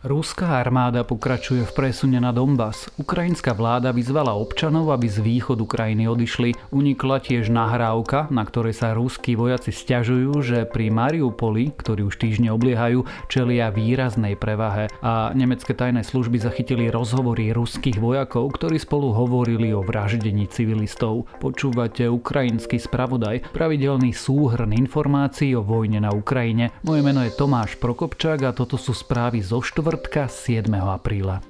Ruská armáda pokračuje v presune na Donbas. Ukrajinská vláda vyzvala občanov, aby z východu krajiny odišli. Unikla tiež nahrávka, na ktorej sa ruskí vojaci sťažujú, že pri Mariupoli, ktorý už týždne obliehajú, čelia výraznej prevahe. A nemecké tajné služby zachytili rozhovory ruských vojakov, ktorí spolu hovorili o vraždení civilistov. Počúvate ukrajinský spravodaj, pravidelný súhrn informácií o vojne na Ukrajine. Moje meno je Tomáš Prokopčák a toto sú správy zo 7. apríla.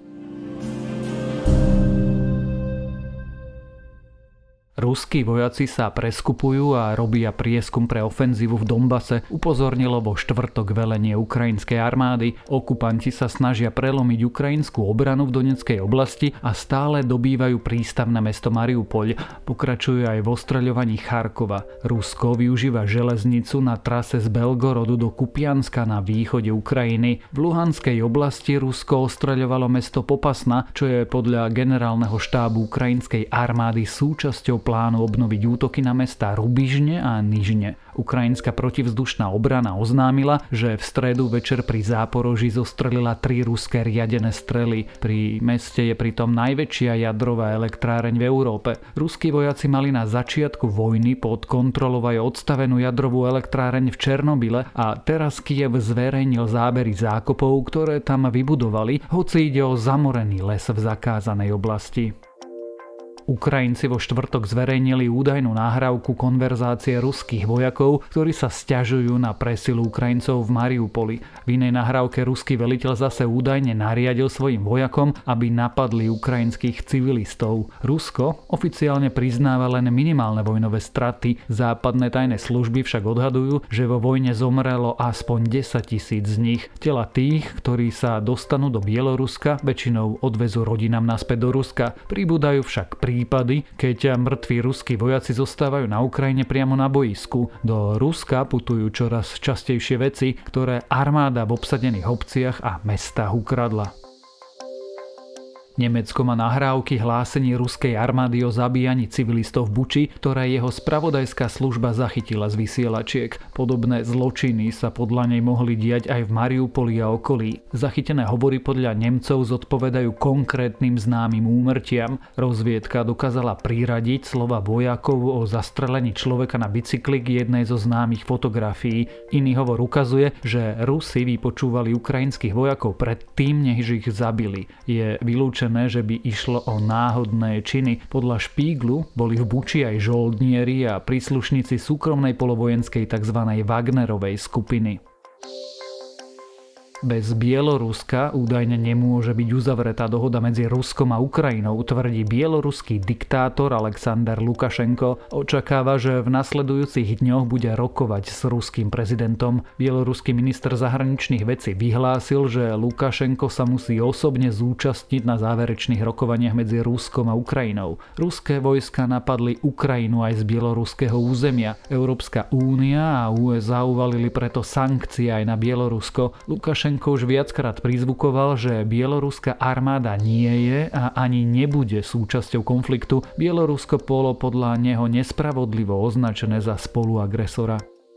Ruskí vojaci sa preskupujú a robia prieskum pre ofenzívu v Donbase, upozornilo vo štvrtok velenie ukrajinskej armády. Okupanti sa snažia prelomiť ukrajinskú obranu v Donetskej oblasti a stále dobývajú prístavné mesto Mariupoľ. Pokračujú aj v ostreľovaní Charkova. Rusko využíva železnicu na trase z Belgorodu do Kupianska na východe Ukrajiny. V Luhanskej oblasti Rusko ostreľovalo mesto Popasna, čo je podľa generálneho štábu ukrajinskej armády súčasťou plánu obnoviť útoky na mestá Rubižne a Nižne. Ukrajinská protivzdušná obrana oznámila, že v stredu večer pri Záporoží zostrelila 3 ruské riadené strely. Pri meste je pritom najväčšia jadrová elektráreň v Európe. Ruskí vojaci mali na začiatku vojny pod kontrolou aj odstavenú jadrovú elektráreň v Černobyle a teraz Kyjev zverejnil zábery zákopov, ktoré tam vybudovali, hoci ide o zamorený les v zakázanej oblasti. Ukrajinci vo štvrtok zverejnili údajnú nahrávku konverzácie ruských vojakov, ktorí sa sťažujú na presilu Ukrajincov v Mariupoli. V inej nahrávke ruský veliteľ zase údajne nariadil svojim vojakom, aby napadli ukrajinských civilistov. Rusko oficiálne priznáva len minimálne vojnové straty. Západné tajné služby však odhadujú, že vo vojne zomrelo aspoň 10 000 z nich. Tela tých, ktorí sa dostanú do Bieloruska, väčšinou odvezú rodinám naspäť do Ruska. Pribúdajú však prípady, keď mŕtvi ruskí vojaci zostávajú na Ukrajine priamo na boisku. Do Ruska putujú čoraz častejšie veci, ktoré armáda v obsadených obciach a mestách ukradla. Nemecko má nahrávky hlásení ruskej armády o zabíjaní civilistov v Buči, ktoré jeho spravodajská služba zachytila z vysielačiek. Podobné zločiny sa podľa nej mohli diať aj v Mariupoli a okolí. Zachytené hovory podľa Nemcov zodpovedajú konkrétnym známym úmrtiam. Rozviedka dokázala priradiť slova vojakov o zastrelení človeka na bicykli k jednej zo známych fotografií. Iný hovor ukazuje, že Rusi vypočúvali ukrajinských vojakov predtým, než ich zabili. Je vylúčené, že by išlo o náhodné činy. Podľa Špíglu boli v Buči aj žoldnieri a príslušníci súkromnej polovojenskej tzv. Wagnerovej skupiny. Bez Bieloruska údajne nemôže byť uzavretá dohoda medzi Ruskom a Ukrajinou, tvrdí bieloruský diktátor Alexander Lukašenko. Očakáva, že v nasledujúcich dňoch bude rokovať s ruským prezidentom. Bieloruský minister zahraničných vecí vyhlásil, že Lukašenko sa musí osobne zúčastniť na záverečných rokovaniach medzi Ruskom a Ukrajinou. Ruské vojska napadli Ukrajinu aj z bieloruského územia. Európska únia a USA uvalili preto sankcie aj na Bielorusko. Lukašenko už viackrát prizvukoval, že bieloruská armáda nie je a ani nebude súčasťou konfliktu. Bielorusko bolo podľa neho nespravodlivo označené za spoluagresora.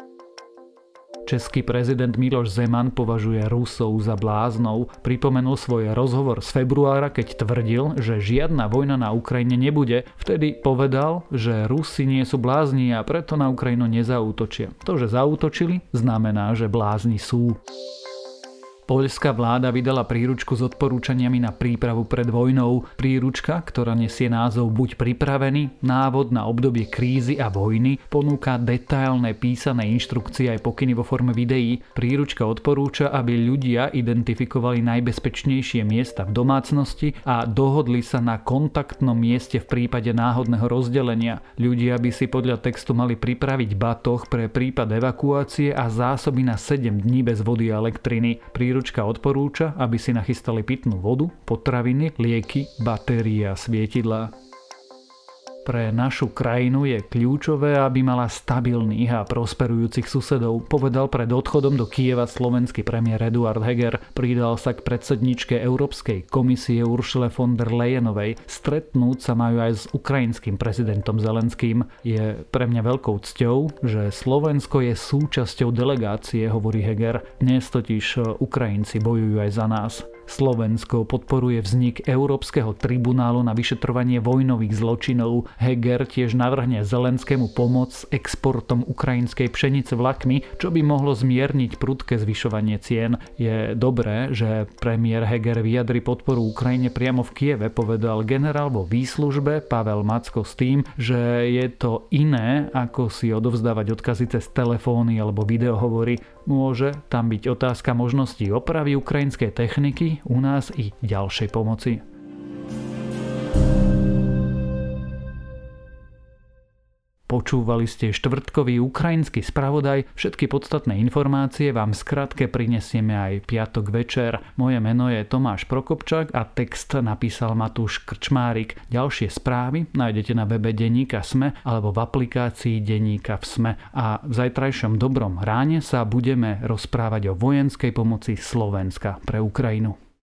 Český prezident Miloš Zeman považuje Rusov za bláznov. Pripomenul svoj rozhovor z februára, keď tvrdil, že žiadna vojna na Ukrajine nebude. Vtedy povedal, že Rusi nie sú blázni a preto na Ukrajinu nezaútočia. To, že zaútočili, znamená, že blázni sú. Poľská vláda vydala príručku s odporúčaniami na prípravu pred vojnou. Príručka, ktorá nesie názov Buď pripravený, návod na obdobie krízy a vojny, ponúka detailné písané inštrukcie aj pokyny vo forme videí. Príručka odporúča, aby ľudia identifikovali najbezpečnejšie miesta v domácnosti a dohodli sa na kontaktnom mieste v prípade náhodného rozdelenia. Ľudia by si podľa textu mali pripraviť batoh pre prípad evakuácie a zásoby na 7 dní bez vody a elektriny. Príručka odporúča, aby si nachystali pitnú vodu, potraviny, lieky, batérie a svietidlá. Pre našu krajinu je kľúčové, aby mala stabilných a prosperujúcich susedov, povedal pred odchodom do Kyjeva slovenský premiér Eduard Heger. Pridal sa k predsedničke Európskej komisie Ursule von der Leyenovej. Stretnúť sa majú aj s ukrajinským prezidentom Zelenským. Je pre mňa veľkou cťou, že Slovensko je súčasťou delegácie, hovorí Heger. Dnes totiž Ukrajinci bojujú aj za nás. Slovensko podporuje vznik Európskeho tribunálu na vyšetrovanie vojnových zločinov. Heger tiež navrhne Zelenskému pomoc s exportom ukrajinskej pšenice vlakmi, čo by mohlo zmierniť prudké zvyšovanie cien. Je dobré, že premiér Heger vyjadri podporu Ukrajine priamo v Kieve, povedal generál vo výslužbe Pavel Macko s tým, že je to iné, ako si odovzdávať odkazy cez telefóny alebo videohovory. Môže tam byť otázka možností opravy ukrajinskej techniky, u nás i ďalšej pomoci. Počúvali ste štvrtkový ukrajinský spravodaj. Všetky podstatné informácie vám v skratke prinesieme aj piatok večer. Moje meno je Tomáš Prokopčák a text napísal Matúš Krčmárik. Ďalšie správy nájdete na webe denníka SME alebo v aplikácii denníka v SME. A v zajtrajšom dobrom ráne sa budeme rozprávať o vojenskej pomoci Slovenska pre Ukrajinu.